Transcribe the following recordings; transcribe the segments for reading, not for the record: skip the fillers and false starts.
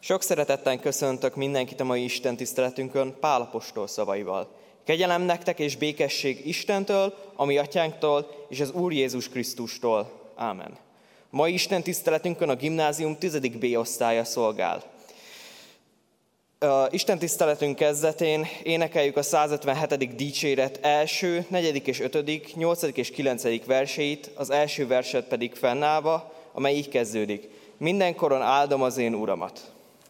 Sok szeretettel köszöntök mindenkit a mai Isten tiszteletünkön Pál apostol szavaival. Kegyelem nektek és békesség Istentől, a mi atyánktól és az Úr Jézus Krisztustól. Ámen. Mai Isten tiszteletünkön a gimnázium 10. B osztálya szolgál. Isten tiszteletünk kezdetén énekeljük a 157. dicséret első, 4. és 5., 8. és 9. verseit, az első verset pedig fennállva, amely így kezdődik. Mindenkoron áldom az én Uramat.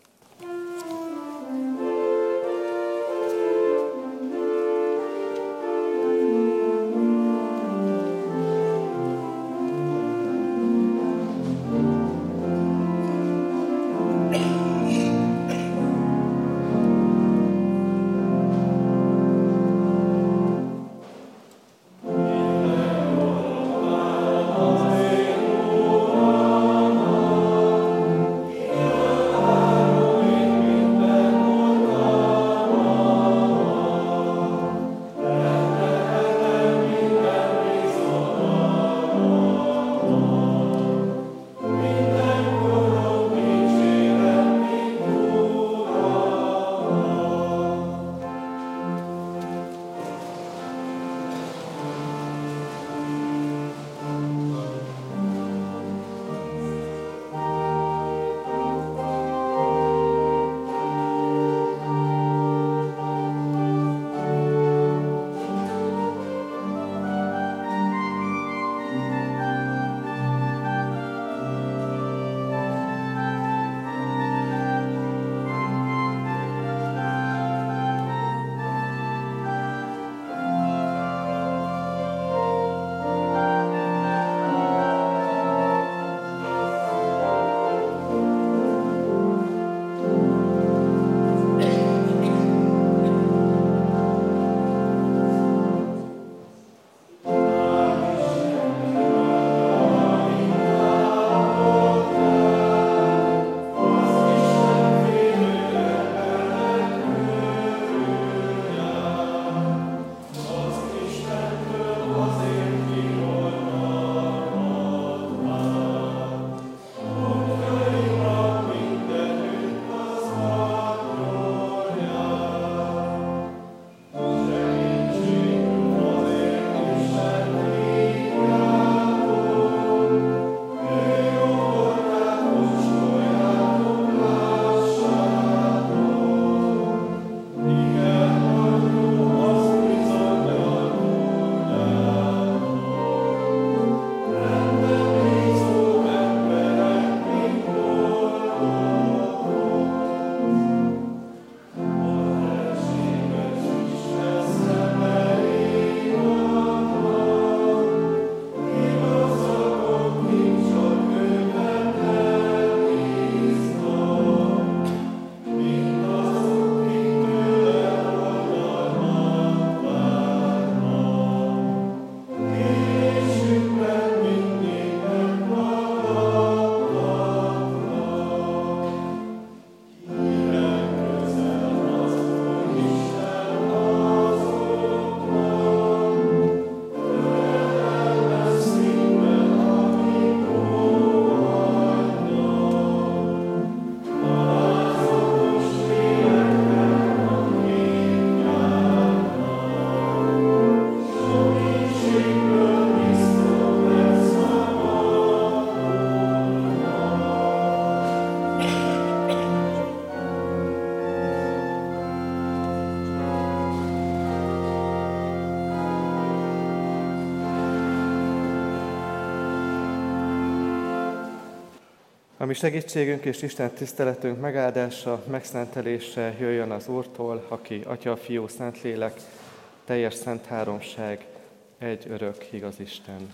A mi segítségünk és Isten tiszteletünk megáldása, megszentelése jöjjön az Úrtól, aki Atya, Fiú, Szentlélek, teljes szent háromság, egy örök igaz Isten.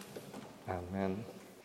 Amen.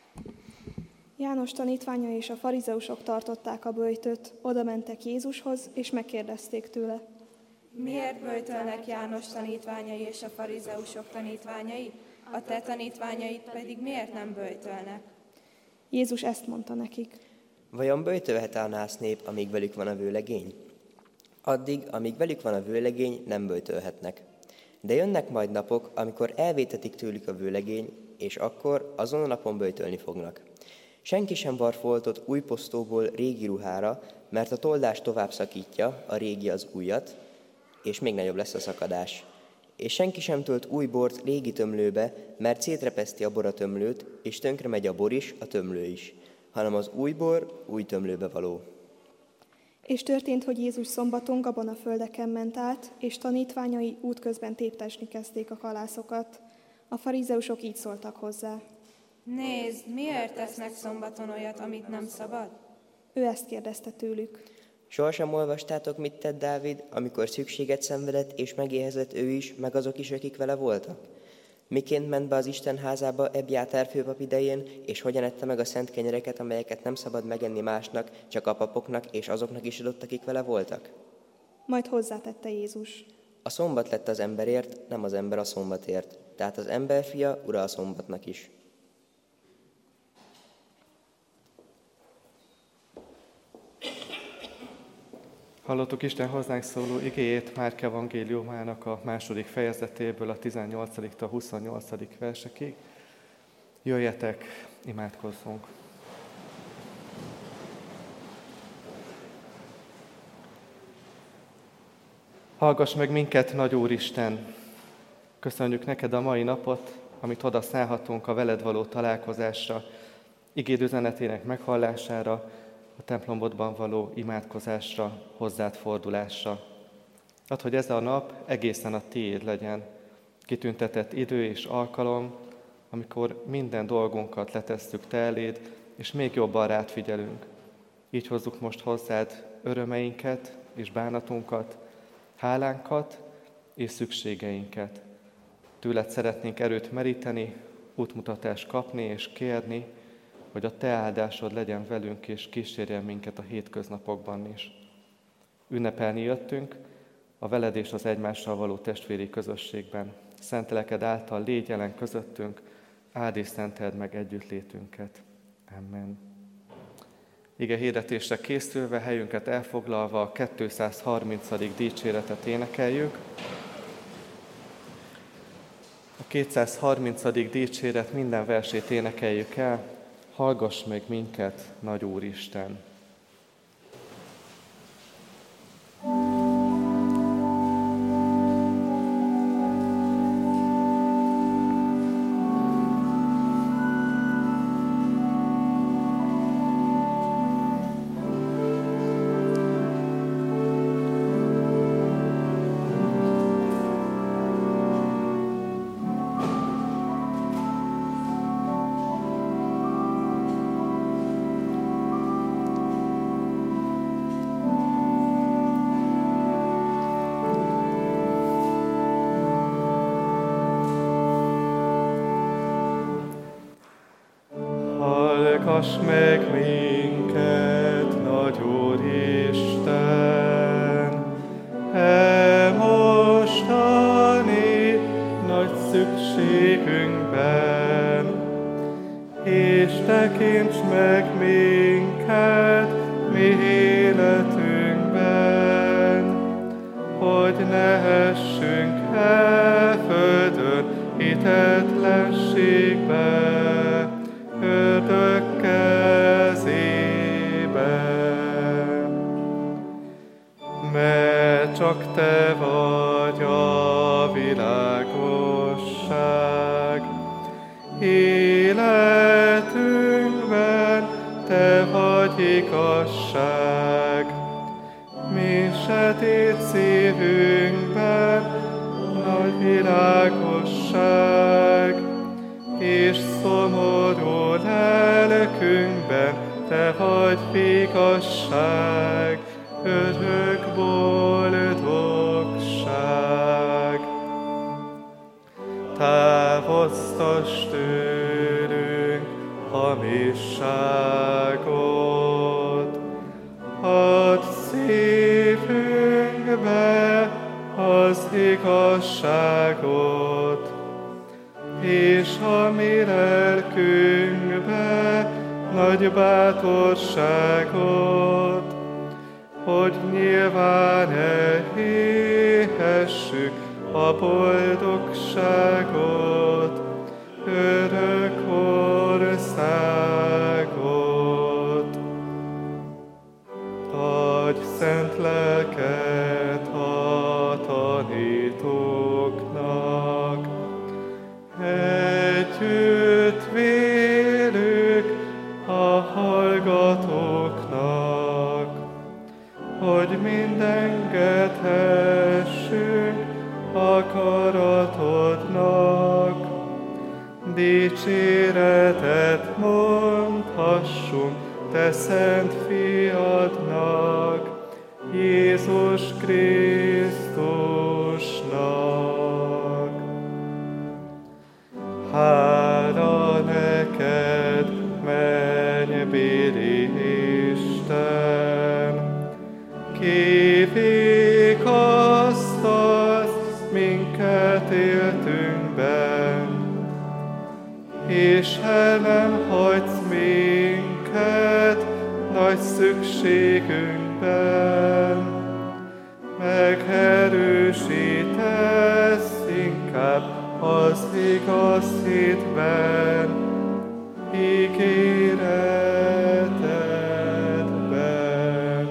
János tanítványa és a farizeusok tartották a böjtöt, oda mentek Jézushoz, és megkérdezték tőle. Miért böjtölnek János tanítványai és a farizeusok tanítványai, a te tanítványaid pedig miért nem böjtölnek? Jézus ezt mondta nekik. Vajon böjtölhet a nász nép, amíg velük van a vőlegény? Addig, amíg velük van a vőlegény, nem böjtölhetnek. De jönnek majd napok, amikor elvétetik tőlük a vőlegény, és akkor azon a napon böjtölni fognak. Senki sem var foltot új posztóból régi ruhára, mert a toldás tovább szakítja a régi az újat, és még nagyobb lesz a szakadás. És senki sem tölt új bort régi tömlőbe, mert szétrepeszti a bor a tömlőt, és tönkre megy a bor is, a tömlő is, hanem az új bor új tömlőbe való. És történt, hogy Jézus szombaton gabonaföldeken ment át, és tanítványai útközben téptesni kezdték a kalászokat. A farizeusok így szóltak hozzá. Nézd, miért tesznek szombaton olyat, amit nem szabad? Ő ezt kérdezte tőlük. Sohasem olvastátok, mit tett Dávid, amikor szükséget szenvedett, és megéhezett ő is, meg azok is, akik vele voltak? Miként ment be az Isten házába Ebjátár főpap idején, és hogyan ette meg a szent kenyereket, amelyeket nem szabad megenni másnak, csak a papoknak és azoknak is adott, akik vele voltak? Majd hozzátette Jézus. A szombat lett az emberért, nem az ember a szombatért. Tehát az emberfia ura a szombatnak is. Hallottuk Isten hozzánk szóló igéjét Márk evangéliumának a 2. fejezetéből a 18-től 28. versekig. Jöjjetek, imádkozzunk! Hallgass meg minket, nagy Úristen! Köszönjük neked a mai napot, amit odaszállhatunk a veled való találkozásra, igéd üzenetének meghallására, a templomodban való imádkozásra, hozzád fordulásra. Add, hogy ez a nap egészen a tiéd legyen, kitüntetett idő és alkalom, amikor minden dolgunkat letesszük te eléd, és még jobban rád figyelünk. Így hozzuk most hozzád örömeinket és bánatunkat, hálánkat és szükségeinket. Tőled szeretnénk erőt meríteni, útmutatást kapni és kérni, hogy a te áldásod legyen velünk és kísérjen minket a hétköznapokban is. Ünnepelni jöttünk a veled és az egymással való testvéri közösségben. Szent lelked által légy jelen közöttünk, áld és szenteld meg együttlétünket. Amen. Ige hirdetésre készülve, helyünket elfoglalva a 230. dicséretet énekeljük. A 230. dicséret minden versét énekeljük el. Hallgass meg minket, nagy Úristen! Hallgass meg minket, nagy Úristen, mostani nagy szükségünkben, és tekints meg minket mi életünkben, hogy ne essünk el földön hitetlenségbe, ördög kezébe. Mert csak te vagy a világosság, életünkben te vagy igazság, mi sötét szívünkben nagy világosság, és szomorú lelkünkben te vagy igazság, örök boldogság. Távoztass tőlünk hamisságot, add szívünkbe az igazságot, és a mi lelkünkbe nagy bátorságot, hogy nyilván elhihessük a boldogságot, örök országot. szent lelket a tanítóknak. Együtt vélük a hallgatóknak, hogy mindengedhessünk akaratodnak, dicséretet mondhassunk te szent fiadnak, Jézus Krisztusnak. Hála neked, mennybéli Isten, ki vigasztalsz minket éltünkben, és el nem hagysz minket nagy szükségünkben. Megerősítesz inkább az igaz hitben, ígéretedben.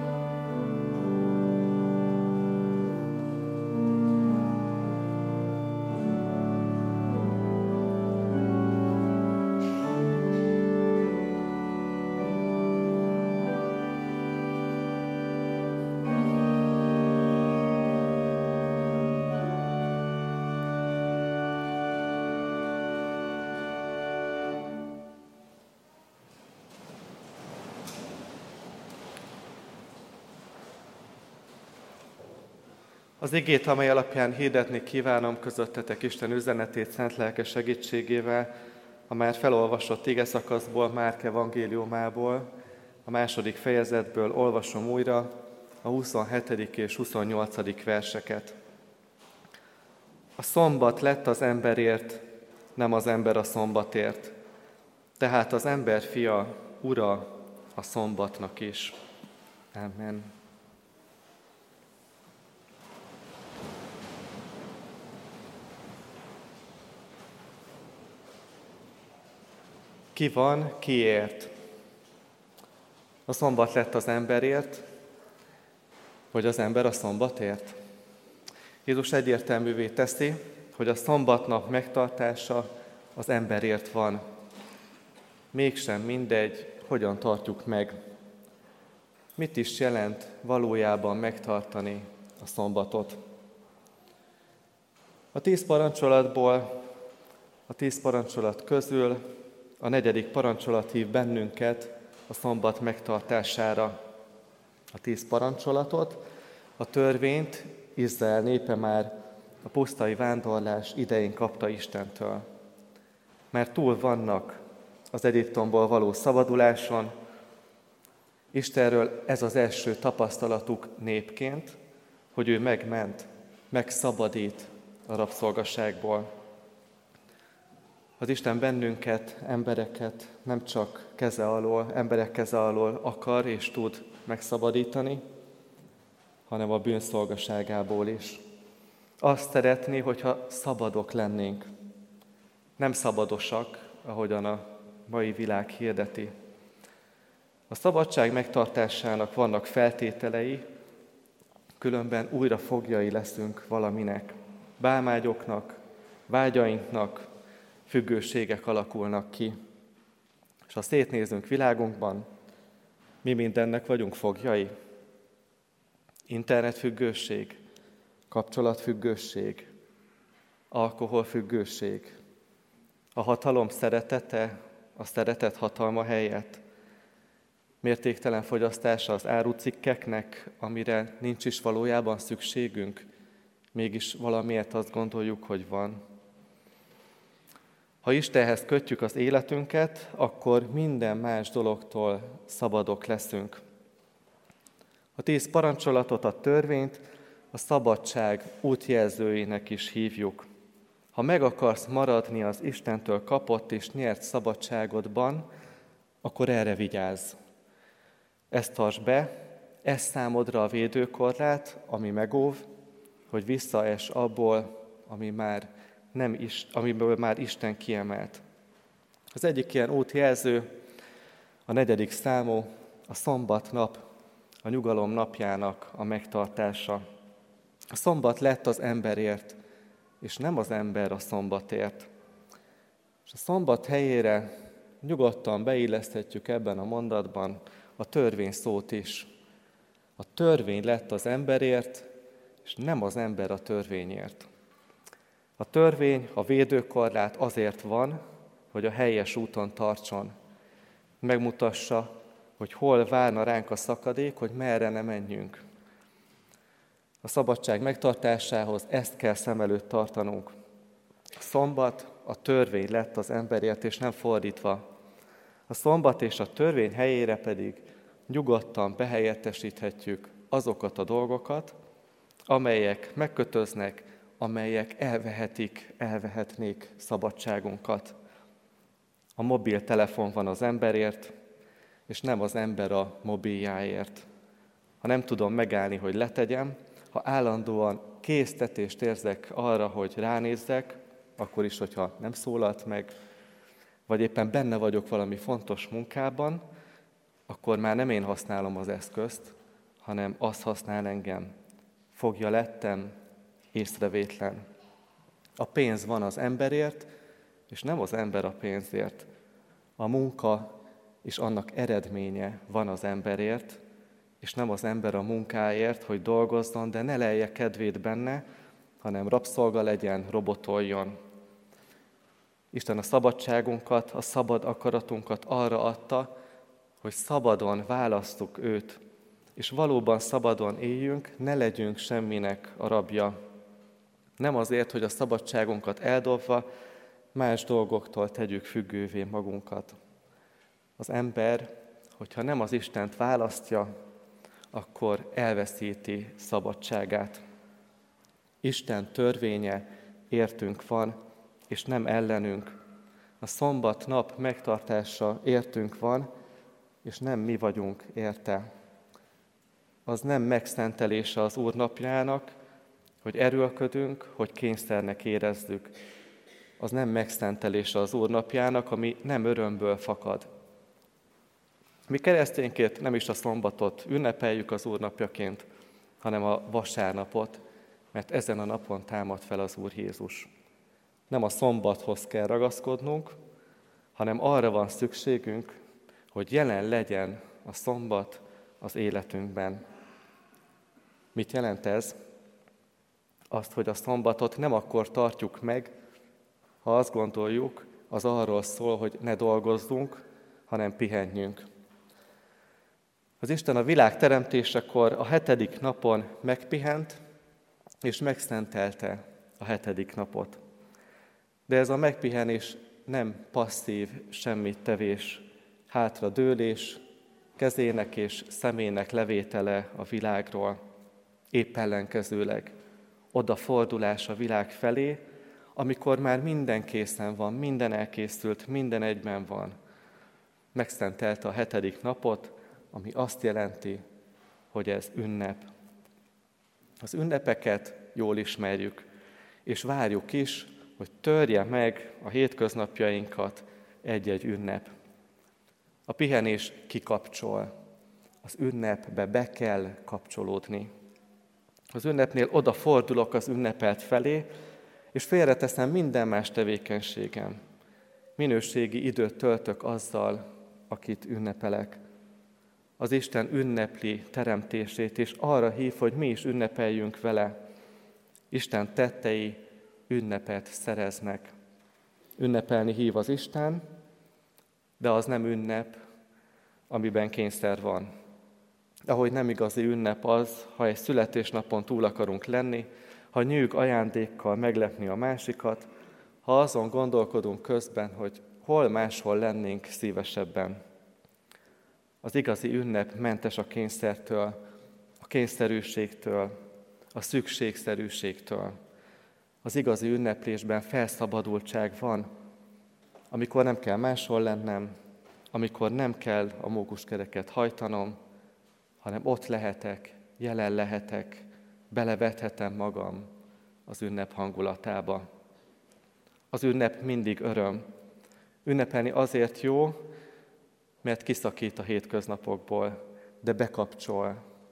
Az igét, amely alapján hirdetni kívánom közöttetek Isten üzenetét szent lelke segítségével, a már felolvasott igeszakaszból, Márk evangéliumából, a 2. fejezetből olvasom újra a 27. és 28. verseket. A szombat lett az emberért, nem az ember a szombatért. Tehát az ember fia, ura a szombatnak is. Amen. Ki van, kiért? A szombat lett az emberért, vagy az ember a szombatért? Jézus egyértelművé teszi, hogy a szombatnap megtartása az emberért van. Mégsem mindegy, hogyan tartjuk meg. Mit is jelent valójában megtartani a szombatot? A 10 parancsolatból, a 10 parancsolat közül a 4. parancsolat hív bennünket a szombat megtartására. A 10 parancsolatot, a törvényt Izrael népe már a pusztai vándorlás idején kapta Istentől. Mert túl vannak az Egyiptomból való szabaduláson, Istenről ez az első tapasztalatuk népként, hogy ő megment, megszabadít a rabszolgaságból. Az Isten bennünket, embereket nem csak emberek keze alól akar és tud megszabadítani, hanem a bűnszolgaságából is. Azt szeretné, hogyha szabadok lennénk. Nem szabadosak, ahogyan a mai világ hirdeti. A szabadság megtartásának vannak feltételei, különben újra foglyai leszünk valaminek. Bálmágyoknak, vágyainknak, függőségek alakulnak ki. És ha szétnézünk világunkban, mi mindennek vagyunk foglyai. Internetfüggőség, kapcsolatfüggőség, alkoholfüggőség, a hatalom szeretete, a szeretet hatalma helyett, mértéktelen fogyasztása az árucikkeknek, amire nincs is valójában szükségünk, mégis valamiért azt gondoljuk, hogy van. Ha Istenhez kötjük az életünket, akkor minden más dologtól szabadok leszünk. A 10 parancsolatot, a törvényt a szabadság útjelzőjének is hívjuk. Ha meg akarsz maradni az Istentől kapott és nyert szabadságodban, akkor erre vigyázz. Ezt tartsd be, ez számodra a védőkorlát, ami megóv, hogy visszaess abból, amiből már Isten kiemelt. Az egyik ilyen útjelző, a 4. számú, a szombatnap, a nyugalom napjának a megtartása. A szombat lett az emberért, és nem az ember a szombatért. És a szombat helyére nyugodtan beilleszthetjük ebben a mondatban a törvény szót is. A törvény lett az emberért, és nem az ember a törvényért. A törvény, a védőkorlát azért van, hogy a helyes úton tartson. Megmutassa, hogy hol várna ránk a szakadék, hogy merre ne menjünk. A szabadság megtartásához ezt kell szem előtt tartanunk. A szombat a törvény lett az emberért, és nem fordítva. A szombat és a törvény helyére pedig nyugodtan behelyettesíthetjük azokat a dolgokat, amelyek megkötöznek, amelyek elvehetnék szabadságunkat. A mobiltelefon van az emberért, és nem az ember a mobiljáért. Ha nem tudom megállni, hogy letegyem, ha állandóan késztetést érzek arra, hogy ránézzek, akkor is, hogyha nem szólalt meg, vagy éppen benne vagyok valami fontos munkában, akkor már nem én használom az eszközt, hanem az használ engem. Fogja lettem, észrevétlen. A pénz van az emberért, és nem az ember a pénzért. A munka és annak eredménye van az emberért, és nem az ember a munkáért, hogy dolgozzon, de ne lelje kedvét benne, hanem rabszolga legyen, robotoljon. Isten a szabadságunkat, a szabad akaratunkat arra adta, hogy szabadon választuk őt, és valóban szabadon éljünk, ne legyünk semminek a rabja. Nem azért, hogy a szabadságunkat eldobva más dolgoktól tegyük függővé magunkat. Az ember, hogyha nem az Istent választja, akkor elveszíti szabadságát. Isten törvénye értünk van, és nem ellenünk. A szombat nap megtartása értünk van, és nem mi vagyunk érte. Az nem megszentelése az Úr napjának, hogy erőlködünk, hogy kényszernek érezzük. Az nem megszentelése az Úr napjának, ami nem örömből fakad. Mi keresztényként nem is a szombatot ünnepeljük az Úr napjaként, hanem a vasárnapot, mert ezen a napon támad fel az Úr Jézus. Nem a szombathoz kell ragaszkodnunk, hanem arra van szükségünk, hogy jelen legyen a szombat az életünkben. Mit jelent ez? Azt, hogy a szombatot nem akkor tartjuk meg, ha azt gondoljuk, az arról szól, hogy ne dolgozzunk, hanem pihenjünk. Az Isten a világ teremtésekor a 7. napon megpihent, és megszentelte a 7. napot. De ez a megpihenés nem passzív semmittevés, hátradőlés, kezének és szemének levétele a világról. Épp ellenkezőleg odafordulás a világ felé, amikor már minden készen van, minden elkészült, minden egyben van. Megszentelte a 7. napot, ami azt jelenti, hogy ez ünnep. Az ünnepeket jól ismerjük, és várjuk is, hogy törje meg a hétköznapjainkat egy-egy ünnep. A pihenés kikapcsol, az ünnepbe be kell kapcsolódni. Az ünnepnél odafordulok az ünnepelt felé, és félreteszem minden más tevékenységem. Minőségi időt töltök azzal, akit ünnepelek. Az Isten ünnepli teremtését, és arra hív, hogy mi is ünnepeljünk vele. Isten tettei ünnepet szereznek. Ünnepelni hív az Isten, de az nem ünnep, amiben kényszer van. Ahogy nem igazi ünnep az, ha egy születésnapon túl akarunk lenni, ha nyűg ajándékkal meglepni a másikat, ha azon gondolkodunk közben, hogy hol máshol lennénk szívesebben. Az igazi ünnep mentes a kényszertől, a kényszerűségtől, a szükségszerűségtől. Az igazi ünneplésben felszabadultság van, amikor nem kell máshol lennem, amikor nem kell a mókuskereket hajtanom, hanem ott lehetek, jelen lehetek, belevethetem magam az ünnep hangulatába. Az ünnep mindig öröm. Ünnepelni azért jó, mert kiszakít a hétköznapokból, de bekapcsol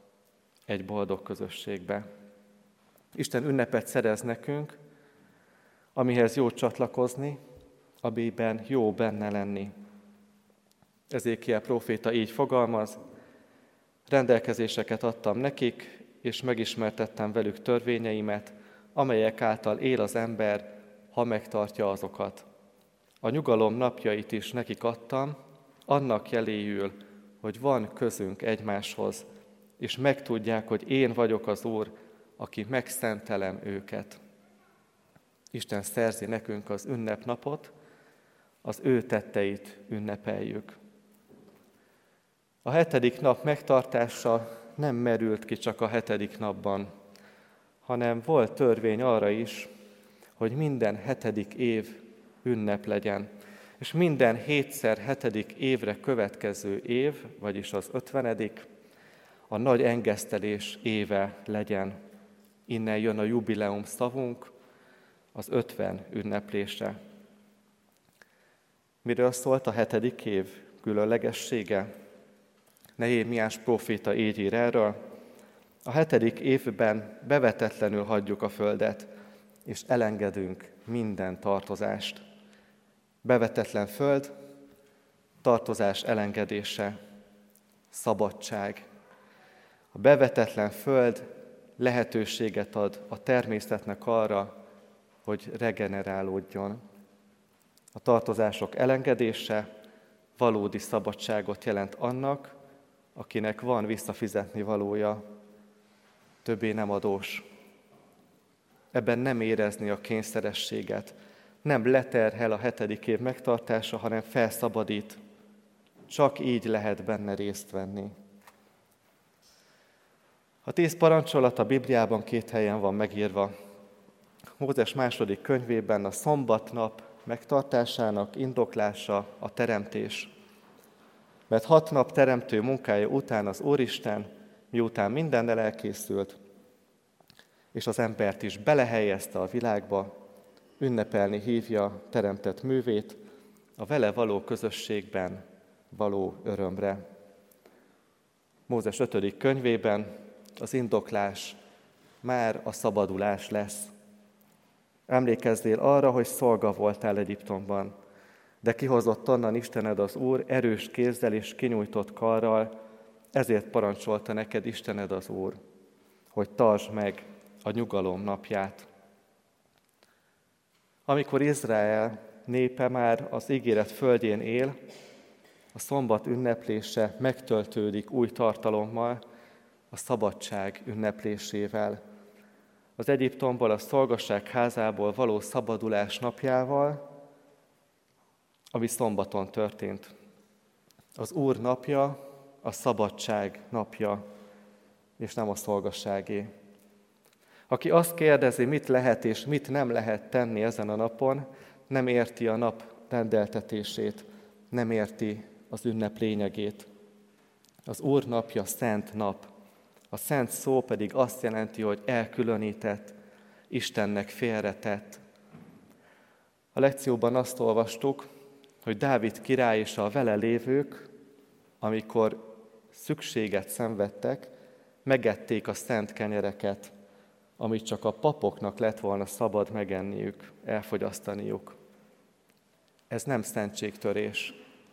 egy boldog közösségbe. Isten ünnepet szerez nekünk, amihez jó csatlakozni, amiben jó benne lenni. Ezékiel próféta így fogalmaz: rendelkezéseket adtam nekik, és megismertettem velük törvényeimet, amelyek által él az ember, ha megtartja azokat. A nyugalom napjait is nekik adtam, annak jeléül, hogy van közünk egymáshoz, és megtudják, hogy én vagyok az Úr, aki megszentelem őket. Isten szerzi nekünk az ünnepnapot, az ő tetteit ünnepeljük. A 7. nap megtartása nem merült ki csak a 7. napban, hanem volt törvény arra is, hogy minden 7. év ünnep legyen, és minden 7x7. évre következő év, vagyis az 50. a nagy engesztelés éve legyen. Innen jön a jubileum szavunk, az 50 ünneplése. Miről szólt a 7. év különlegessége? Nehémiás próféta így ír erről: a 7. évben bevetetlenül hagyjuk a földet, és elengedünk minden tartozást. Bevetetlen föld, tartozás elengedése, szabadság. A bevetetlen föld lehetőséget ad a természetnek arra, hogy regenerálódjon. A tartozások elengedése valódi szabadságot jelent annak, akinek van visszafizetni valója, többé nem adós. Ebben nem érezni a kényszerességet, nem leterhel a 7. év megtartása, hanem felszabadít. Csak így lehet benne részt venni. A 10 parancsolat a Bibliában 2 helyen van megírva. Mózes 2. könyvében a szombatnap megtartásának indoklása a teremtés. Mert 6 nap teremtő munkája után az Úristen, miután mindennel elkészült, és az embert is belehelyezte a világba, ünnepelni hívja teremtett művét a vele való közösségben való örömre. Mózes 5. könyvében az indoklás már a szabadulás lesz. Emlékezzél arra, hogy szolga voltál Egyiptomban, de kihozott onnan Istened az Úr erős kézzel és kinyújtott karral, ezért parancsolta neked Istened az Úr, hogy tartsd meg a nyugalom napját. Amikor Izrael népe már az ígéret földjén él, a szombat ünneplése megtöltődik új tartalommal, a szabadság ünneplésével. Az Egyiptomból, a szolgasság házából való szabadulás napjával, ami szombaton történt. Az Úr napja a szabadság napja, és nem a szolgasságé. Aki azt kérdezi, mit lehet és mit nem lehet tenni ezen a napon, nem érti a nap rendeltetését, nem érti az ünnep lényegét. Az Úr napja szent nap. A szent szó pedig azt jelenti, hogy elkülönített, Istennek félretett. A lekcióban azt olvastuk, hogy Dávid király és a vele lévők, amikor szükséget szenvedtek, megették a szent kenyereket, amit csak a papoknak lett volna szabad megenniük, elfogyasztaniuk. Ez nem szentségtörés.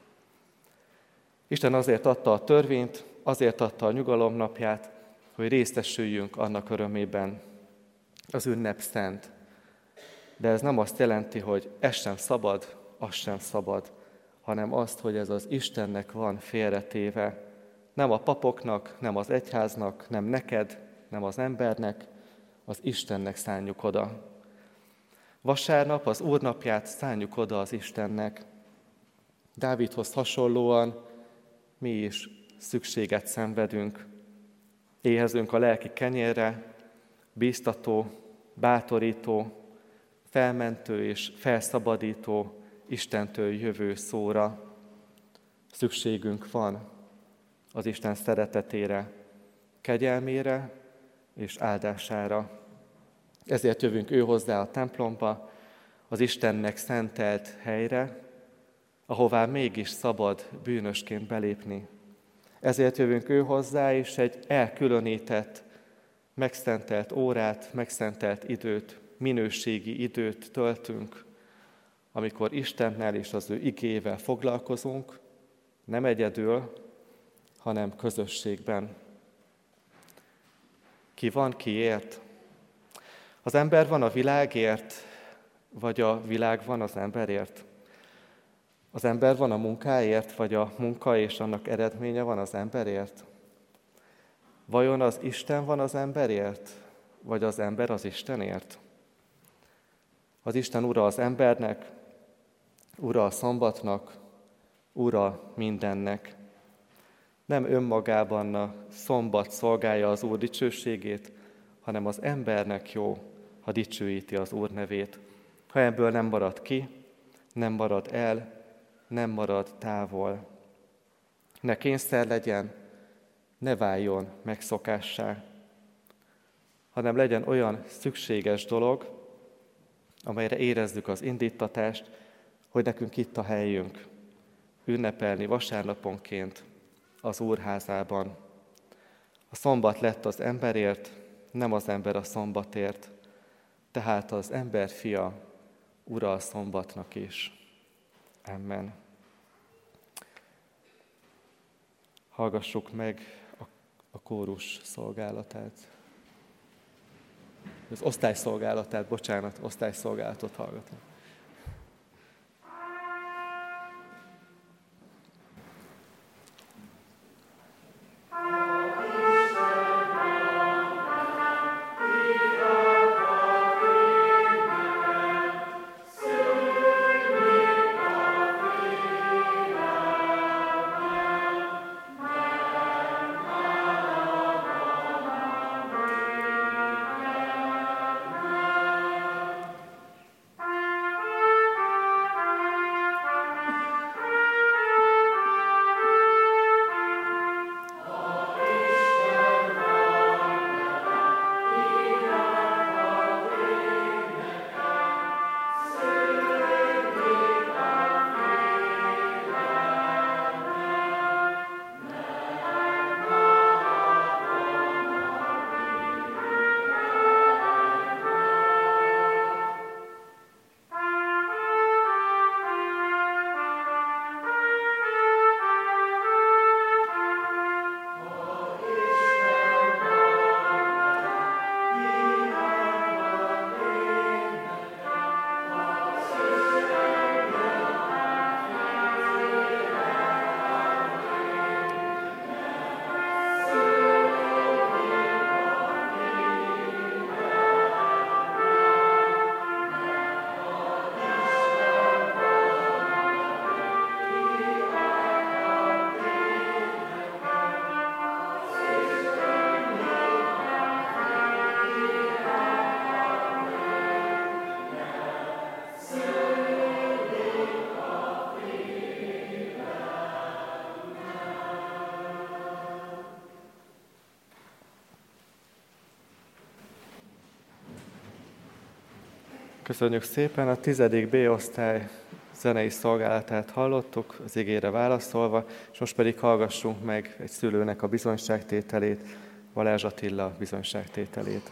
Isten azért adta a törvényt, azért adta a nyugalom napját, hogy részesüljünk annak örömében. Az ünnep szent. De ez nem azt jelenti, hogy ez sem szabad, az sem szabad, hanem azt, hogy ez az Istennek van félretéve. Nem a papoknak, nem az egyháznak, nem neked, nem az embernek, az Istennek szánjuk oda. Vasárnap, az Úr napját szánjuk oda az Istennek. Dávidhoz hasonlóan mi is szükséget szenvedünk. Éhezünk a lelki kenyérre, bíztató, bátorító, felmentő és felszabadító, Istentől jövő szóra. Szükségünk van az Isten szeretetére, kegyelmére és áldására. Ezért jövünk ő hozzá a templomba, az Istennek szentelt helyre, ahová mégis szabad bűnösként belépni. Ezért jövünk ő hozzá, és egy elkülönített, megszentelt órát, megszentelt időt, minőségi időt töltünk, amikor Istennel és az ő igével foglalkozunk, nem egyedül, hanem közösségben. Ki van kiért? Az ember van a világért, vagy a világ van az emberért? Az ember van a munkáért, vagy a munka és annak eredménye van az emberért? Vajon az Isten van az emberért, vagy az ember az Istenért? Az Isten ura az embernek, ura a szombatnak, ura mindennek. Nem önmagában a szombat szolgálja az Úr dicsőségét, hanem az embernek jó, ha dicsőíti az Úr nevét. Ha ebből nem marad ki, nem marad el, nem marad távol. Ne kényszer legyen, ne váljon megszokássá, hanem legyen olyan szükséges dolog, amelyre érezzük az indítatást, hogy nekünk itt a helyünk, ünnepelni vasárnaponként az Úr házában. A szombat lett az emberért, nem az ember a szombatért, tehát az ember fia, ura a szombatnak is. Amen. Hallgassuk meg a kórus szolgálatát. Az osztályszolgálatot hallgatom. Köszönjük szépen, a 10. B-osztály zenei szolgálatát hallottuk, az igére válaszolva, és most pedig hallgassunk meg egy szülőnek a bizonyságtételét, Balázs Attila bizonyságtételét.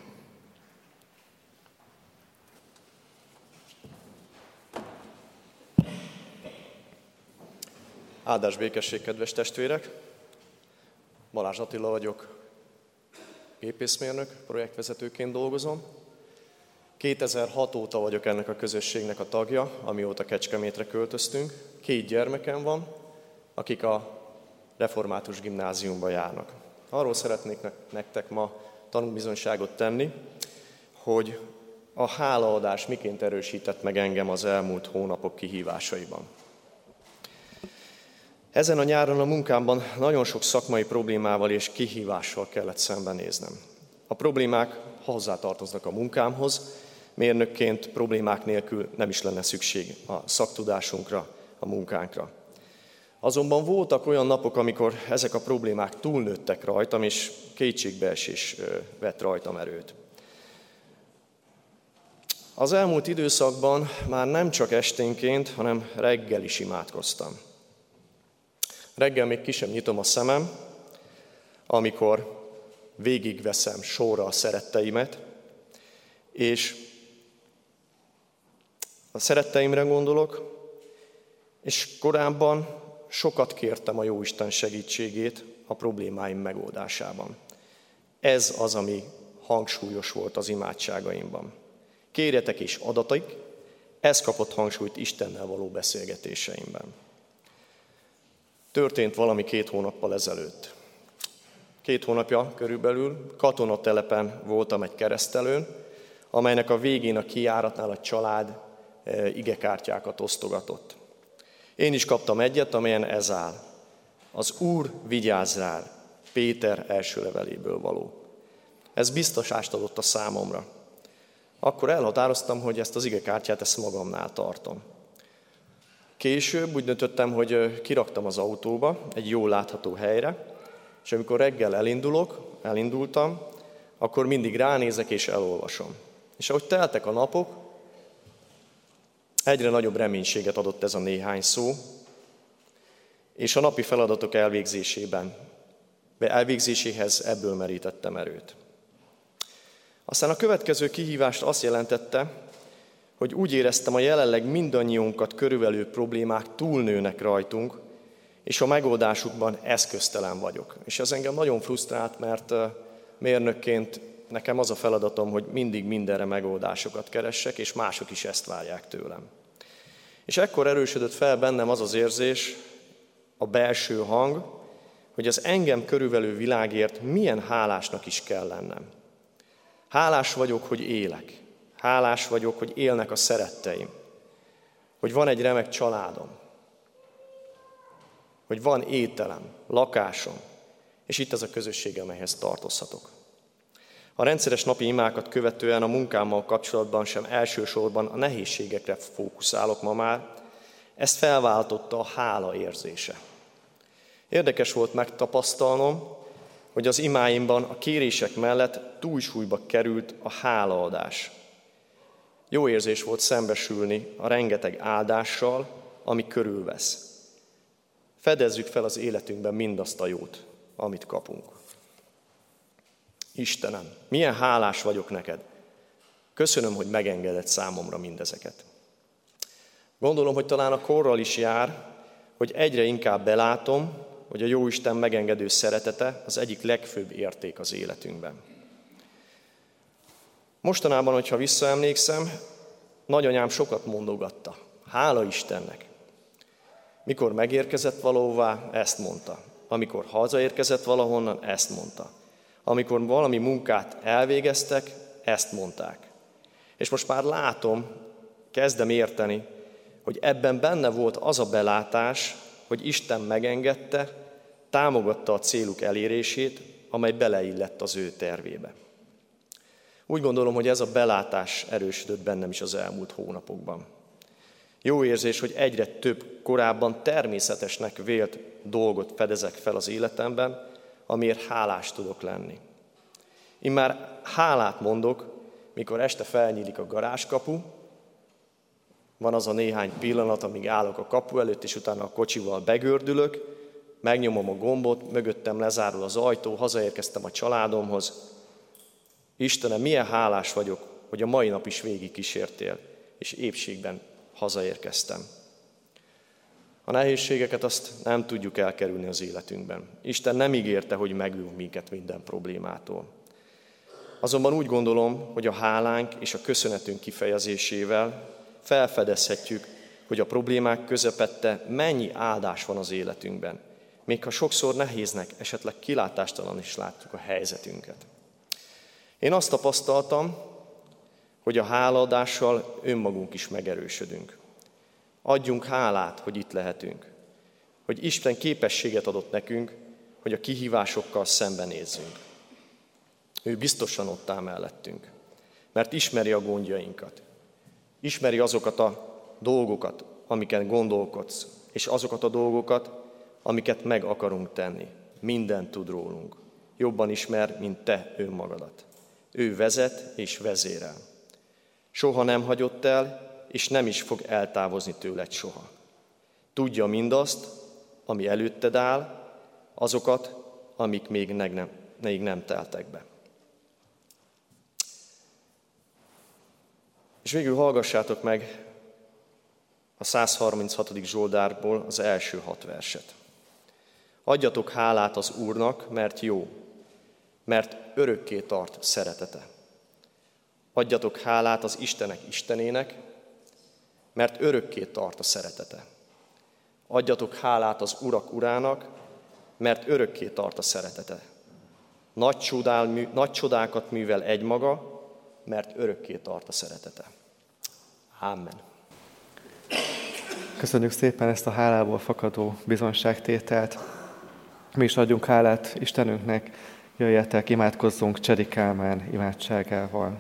Áldás békesség, kedves testvérek! Balázs Attila vagyok, gépészmérnök, projektvezetőként dolgozom. 2006 óta vagyok ennek a közösségnek a tagja, amióta Kecskemétre költöztünk. 2 gyermekem van, akik a református gimnáziumba járnak. Arról szeretnék nektek ma tanúbizonyságot tenni, hogy a hálaadás miként erősített meg engem az elmúlt hónapok kihívásaiban. Ezen a nyáron a munkámban nagyon sok szakmai problémával és kihívással kellett szembenéznem. A problémák hozzátartoznak a munkámhoz, mérnökként problémák nélkül nem is lenne szükség a szaktudásunkra, a munkánkra. Azonban voltak olyan napok, amikor ezek a problémák túlnőttek rajtam, és kétségbeesés vett rajtam erőt. Az elmúlt időszakban már nem csak esténként, hanem reggel is imádkoztam. Reggel még ki sem nyitom a szemem, amikor végigveszem sorra a szeretteimet, és a szeretteimre gondolok, és korábban sokat kértem a Jóisten segítségét a problémáim megoldásában. Ez az, ami hangsúlyos volt az imádságaimban. Kérjetek és adatik, ez kapott hangsúlyt Istennel való beszélgetéseimben. Történt valami 2 hónappal ezelőtt. 2 hónapja körülbelül katonatelepen voltam egy keresztelőn, amelynek a végén a kijáratnál a család igekártyákat osztogatott. Én is kaptam egyet, amelyen ez áll. Az Úr vigyázz rád, Péter első leveléből való. Ez biztosást adott a számomra. Akkor elhatároztam, hogy ezt az igekártyát ezt magamnál tartom. Később úgy döntöttem, hogy kiraktam az autóba egy jól látható helyre, és amikor reggel elindultam, akkor mindig ránézek és elolvasom. És ahogy teltek a napok, egyre nagyobb reménységet adott ez a néhány szó, és a napi feladatok elvégzéséhez ebből merítettem erőt. Aztán a következő kihívást azt jelentette, hogy úgy éreztem, a jelenleg mindannyiunkat körülvelő problémák túlnőnek rajtunk, és a megoldásukban eszköztelen vagyok. És ez engem nagyon frusztrált, mert mérnökként nekem az a feladatom, hogy mindig mindenre megoldásokat keressek, és mások is ezt várják tőlem. És ekkor erősödött fel bennem az az érzés, a belső hang, hogy az engem körülvelő világért milyen hálásnak is kell lennem. Hálás vagyok, hogy élek. Hálás vagyok, hogy élnek a szeretteim. Hogy van egy remek családom. Hogy van ételem, lakásom, és itt ez a közösség, amelyhez tartozhatok. A rendszeres napi imákat követően a munkámmal kapcsolatban sem elsősorban a nehézségekre fókuszálok ma már, ezt felváltotta a hála érzése. Érdekes volt megtapasztalnom, hogy az imáimban a kérések mellett túlsúlyba került a hálaadás. Jó érzés volt szembesülni a rengeteg áldással, ami körülvesz. Fedezzük fel az életünkben mindazt a jót, amit kapunk. Istenem, milyen hálás vagyok neked. Köszönöm, hogy megengedett számomra mindezeket. Gondolom, hogy talán a korral is jár, hogy egyre inkább belátom, hogy a Jóisten megengedő szeretete az egyik legfőbb érték az életünkben. Mostanában, hogyha visszaemlékszem, nagyanyám sokat mondogatta. Hála Istennek! Mikor megérkezett valahová, ezt mondta. Amikor hazaérkezett valahonnan, ezt mondta. Amikor valami munkát elvégeztek, ezt mondták. És most már látom, kezdem érteni, hogy ebben benne volt az a belátás, hogy Isten megengedte, támogatta a céluk elérését, amely beleillett az ő tervébe. Úgy gondolom, hogy ez a belátás erősödött bennem is az elmúlt hónapokban. Jó érzés, hogy egyre több korábban természetesnek vélt dolgot fedezek fel az életemben, amiért hálás tudok lenni. Én már hálát mondok, mikor este felnyílik a garázskapu, van az a néhány pillanat, amíg állok a kapu előtt, és utána a kocsival begördülök, megnyomom a gombot, mögöttem lezárul az ajtó, hazaérkeztem a családomhoz. Istenem, milyen hálás vagyok, hogy a mai nap is végig kísértél, és épségben hazaérkeztem. A nehézségeket azt nem tudjuk elkerülni az életünkben. Isten nem ígérte, hogy megőv minket minden problémától. Azonban úgy gondolom, hogy a hálánk és a köszönetünk kifejezésével felfedezhetjük, hogy a problémák közepette mennyi áldás van az életünkben. Még ha sokszor nehéznek, esetleg kilátástalan is látjuk a helyzetünket. Én azt tapasztaltam, hogy a hálaadással önmagunk is megerősödünk. Adjunk hálát, hogy itt lehetünk. Hogy Isten képességet adott nekünk, hogy a kihívásokkal szembenézzünk. Ő biztosan ott áll mellettünk, mert ismeri a gondjainkat. Ismeri azokat a dolgokat, amiket gondolkodsz, és azokat a dolgokat, amiket meg akarunk tenni. Mindent tud rólunk. Jobban ismer, mint te önmagadat. Ő vezet és vezérel. Soha nem hagyott el, és nem is fog eltávozni tőled soha. Tudja mindazt, ami előtted áll, azokat, amik még nem teltek be. És végül hallgassátok meg a 136. Zsoldárból az első 6 verset. Adjatok hálát az Úrnak, mert jó, mert örökké tart szeretete. Adjatok hálát az Istenek Istenének, mert örökké tart a szeretete. Adjatok hálát az Urak Urának, mert örökké tart a szeretete. Nagy csodákat művel egymaga, mert örökké tart a szeretete. Amen. Köszönjük szépen ezt a hálából fakadó bizonyságtételt. Mi is adjunk hálát Istenünknek, jöjjetek, imádkozzunk Cseri Kálmán imádságával.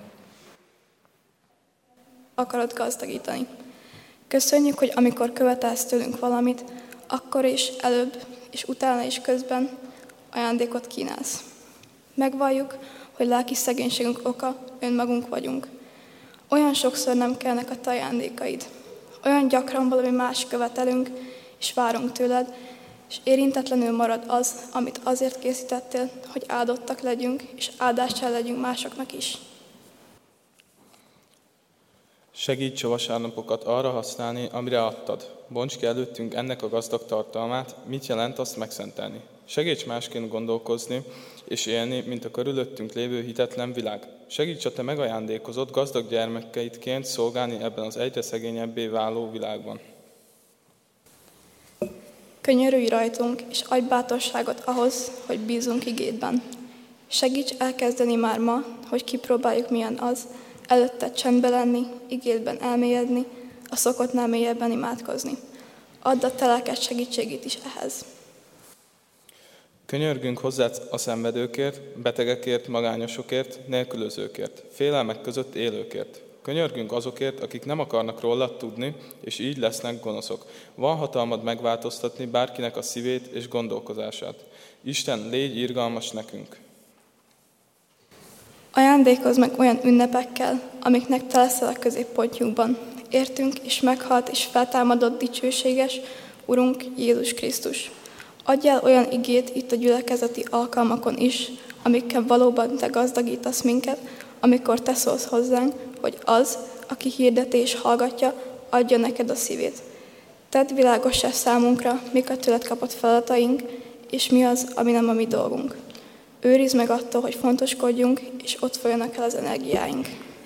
Akarod gazdagítani. Köszönjük, hogy amikor követelsz tőlünk valamit, akkor is előbb és utána is közben ajándékot kínálsz. Megvalljuk, hogy lelki szegénységünk oka önmagunk vagyunk. Olyan sokszor nem kellnek a te ajándékaid. Olyan gyakran valami más követelünk, és várunk tőled, és érintetlenül marad az, amit azért készítettél, hogy áldottak legyünk, és áldással legyünk másoknak is. Segíts a vasárnapokat arra használni, amire adtad. Bonts ki előttünk ennek a gazdag tartalmát, mit jelent azt megszentelni. Segíts másként gondolkozni és élni, mint a körülöttünk lévő hitetlen világ. Segíts a te megajándékozott gazdag gyermekeidként szolgálni ebben az egyre szegényebbé váló világban. Könyörülj rajtunk, és adj bátorságot ahhoz, hogy bízunk igédben. Segíts elkezdeni már ma, hogy kipróbáljuk milyen az, előtte csendbe lenni, igédben elmélyedni, a szokottnál mélyebben imádkozni. Add a te lelked segítségét is ehhez. Könyörgünk hozzád a szenvedőkért, betegekért, magányosokért, nélkülözőkért, félelmek között élőkért. Könyörgünk azokért, akik nem akarnak rólad tudni, és így lesznek gonoszok. Van hatalmad megváltoztatni bárkinek a szívét és gondolkozását. Isten, légy irgalmas nekünk! Ajándékozz meg olyan ünnepekkel, amiknek te leszel a középpontjukban. Értünk és meghalt és feltámadott dicsőséges Urunk Jézus Krisztus. Adj el olyan igét itt a gyülekezeti alkalmakon is, amikkel valóban te gazdagítasz minket, amikor te szólsz hozzánk, hogy az, aki hirdeti és hallgatja, adja neked a szívét. Tedd világossá számunkra, mik a tőled kapott feladataink, és mi az, ami nem a mi dolgunk. Őrizd meg attól, hogy fontoskodjunk, és ott folyjanak el az energiáink.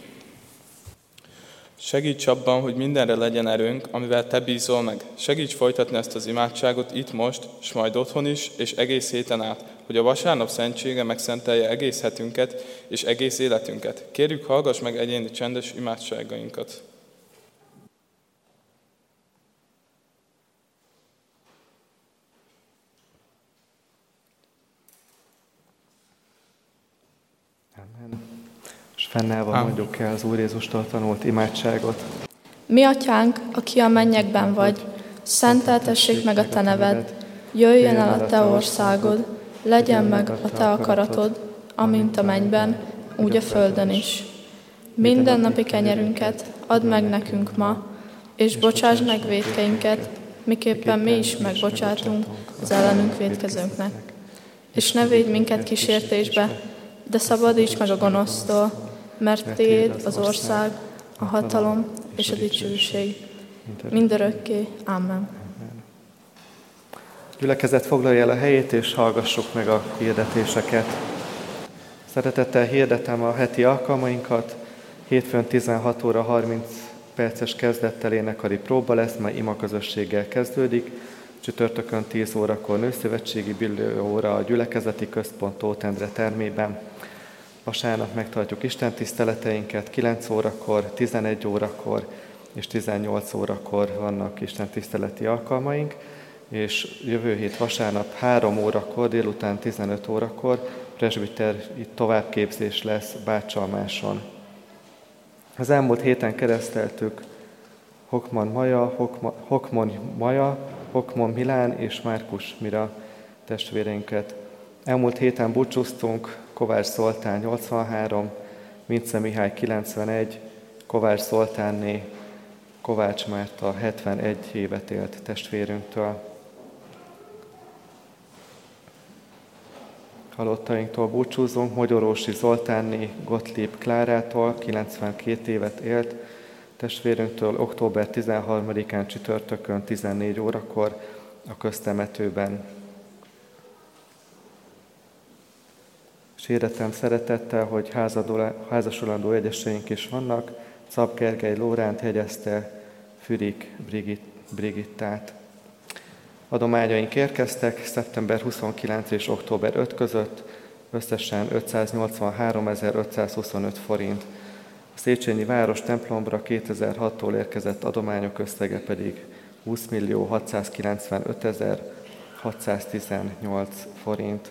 Segíts abban, hogy mindenre legyen erőnk, amivel te bízol meg. Segíts folytatni ezt az imádságot itt most, s majd otthon is, és egész héten át, hogy a vasárnap szentsége megszentelje egész hetünket és egész életünket. Kérjük, hallgass meg egyéni csendes imádságainkat. Amen. És fennállva mondjuk el az Úr Jézustól tanult imádságot. Mi atyánk, aki a mennyekben vagy, szenteltessék meg a te neved, jöjjön el a te országod, legyen meg a te akaratod, amint a mennyben, úgy a földön is. Mindennapi kenyerünket add meg nekünk ma, és bocsáss meg vétkeinket, miképpen mi is megbocsátunk az ellenünk vétkezőnknek. És ne védj minket kísértésbe, de szabadíts meg a gonosztól, mert tiéd az ország, a hatalom és a dicsőség. Mindörökké. Amen. Gyülekezet, foglalja el a helyét, és hallgassuk meg a hirdetéseket. Szeretettel hirdetem a heti alkalmainkat. Hétfőn 16 óra 30 perces kezdettel énekari próba lesz, majd imaközösséggel kezdődik. Csütörtökön 10 órakor nőszövetségi billóóra a gyülekezeti központ Tótendre termében. Vasárnap megtartjuk istentiszteleteinket, 9 órakor, 11 órakor és 18 órakor vannak istentiszteleti alkalmaink, és jövő hét vasárnap 3 órakor, délután 15 órakor presbiteri továbbképzés lesz Bácsalmáson. Az elmúlt héten kereszteltük Hokman Maja, Hokmon Milán és Márkus Mira testvéreinket. Elmúlt héten búcsúztunk Kovács Zoltán 83, Vince Mihály 91, Kovács Zoltánné, Kovács Márta 71 évet élt testvérünktől. halottainktól búcsúzunk. Mogyorósi Zoltánné Gottlieb Klárától, 92 évet élt, testvérünktől október 13-án csütörtökön 14 órakor a köztemetőben. És hirdetem szeretettel, hogy házasulandó egyeseink is vannak, Czap Gergely Lóránt jegyezte Fürik Brigittát. Adományaink érkeztek szeptember 29 és október 5 között, összesen 583.525 forint. A Széchenyi város templomra 2006-tól érkezett adományok összege pedig 20.695.618 forint.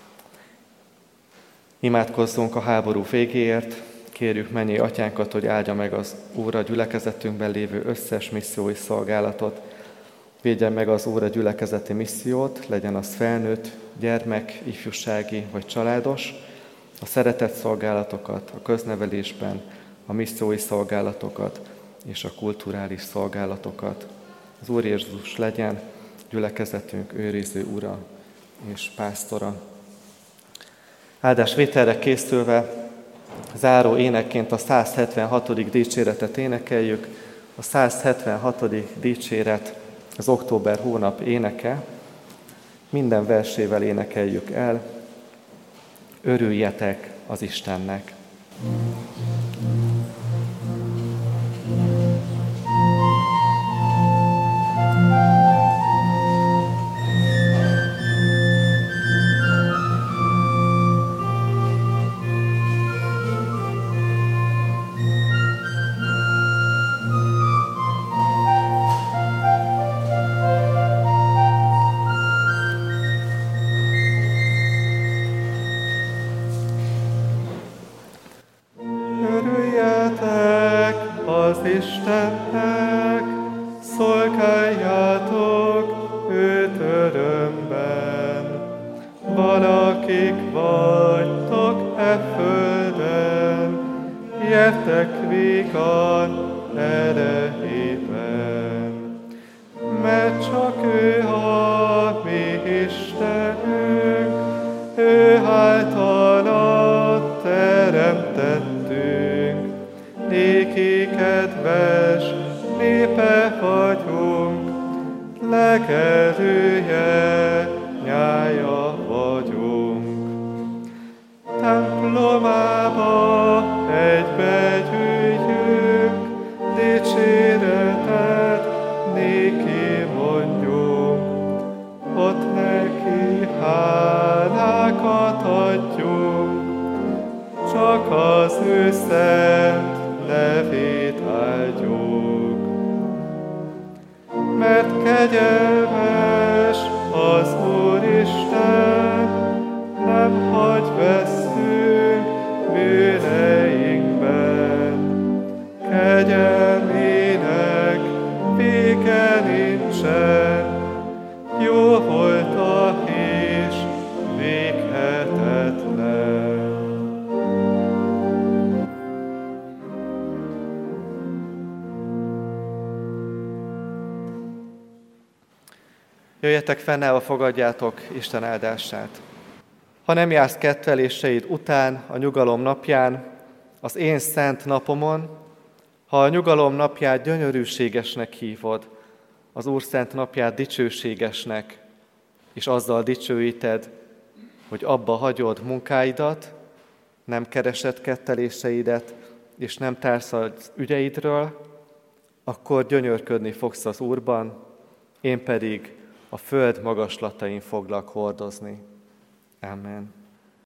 Imádkozzunk a háború végéért, kérjük mennyei atyánkat, hogy áldja meg az Úr a gyülekezetünkben lévő összes missziói szolgálatot. Védje meg az Úr a gyülekezeti missziót, legyen az felnőtt, gyermek, ifjúsági vagy családos, a szeretett szolgálatokat, a köznevelésben, a missziói szolgálatokat és a kulturális szolgálatokat. Az Úr Jézus legyen gyülekezetünk őriző ura és pásztora. Áldásvételre készülve záró énekként a 176. dicséretet énekeljük. A 176. dicséret az október hónap éneke. Minden versével énekeljük el. Örüljetek az Istennek! Istennek, szolgáljátok őt örömben. Valakik vagytok e földön, gyertek vígan erejében. Mert csak ő a mi Istenünk, ő általa teremtettünk. Néki kedves népe vagyunk, legelője nyája vagyunk. Templomába egybegyűjjünk, dicséretet néki mondjunk. Ott neki hálákat adjunk, csak az ő szent nevét áldjuk. Mert kegyelmes az Úristen, nem hagy veszünk bűneinkben. Kegyelmének vége nincsen, jó volta és véghetetlen. Jöjjetek fennállva, fogadjátok Isten áldását. Ha nem jársz ketteléseid után, a nyugalom napján, az én szent napomon, ha a nyugalom napját gyönyörűségesnek hívod, az Úr szent napját dicsőségesnek, és azzal dicsőíted, hogy abba hagyod munkáidat, nem keresed ketteléseidet, és nem társz az ügyeidről, akkor gyönyörködni fogsz az Úrban, én pedig a föld magaslatain foglak hordozni. Amen.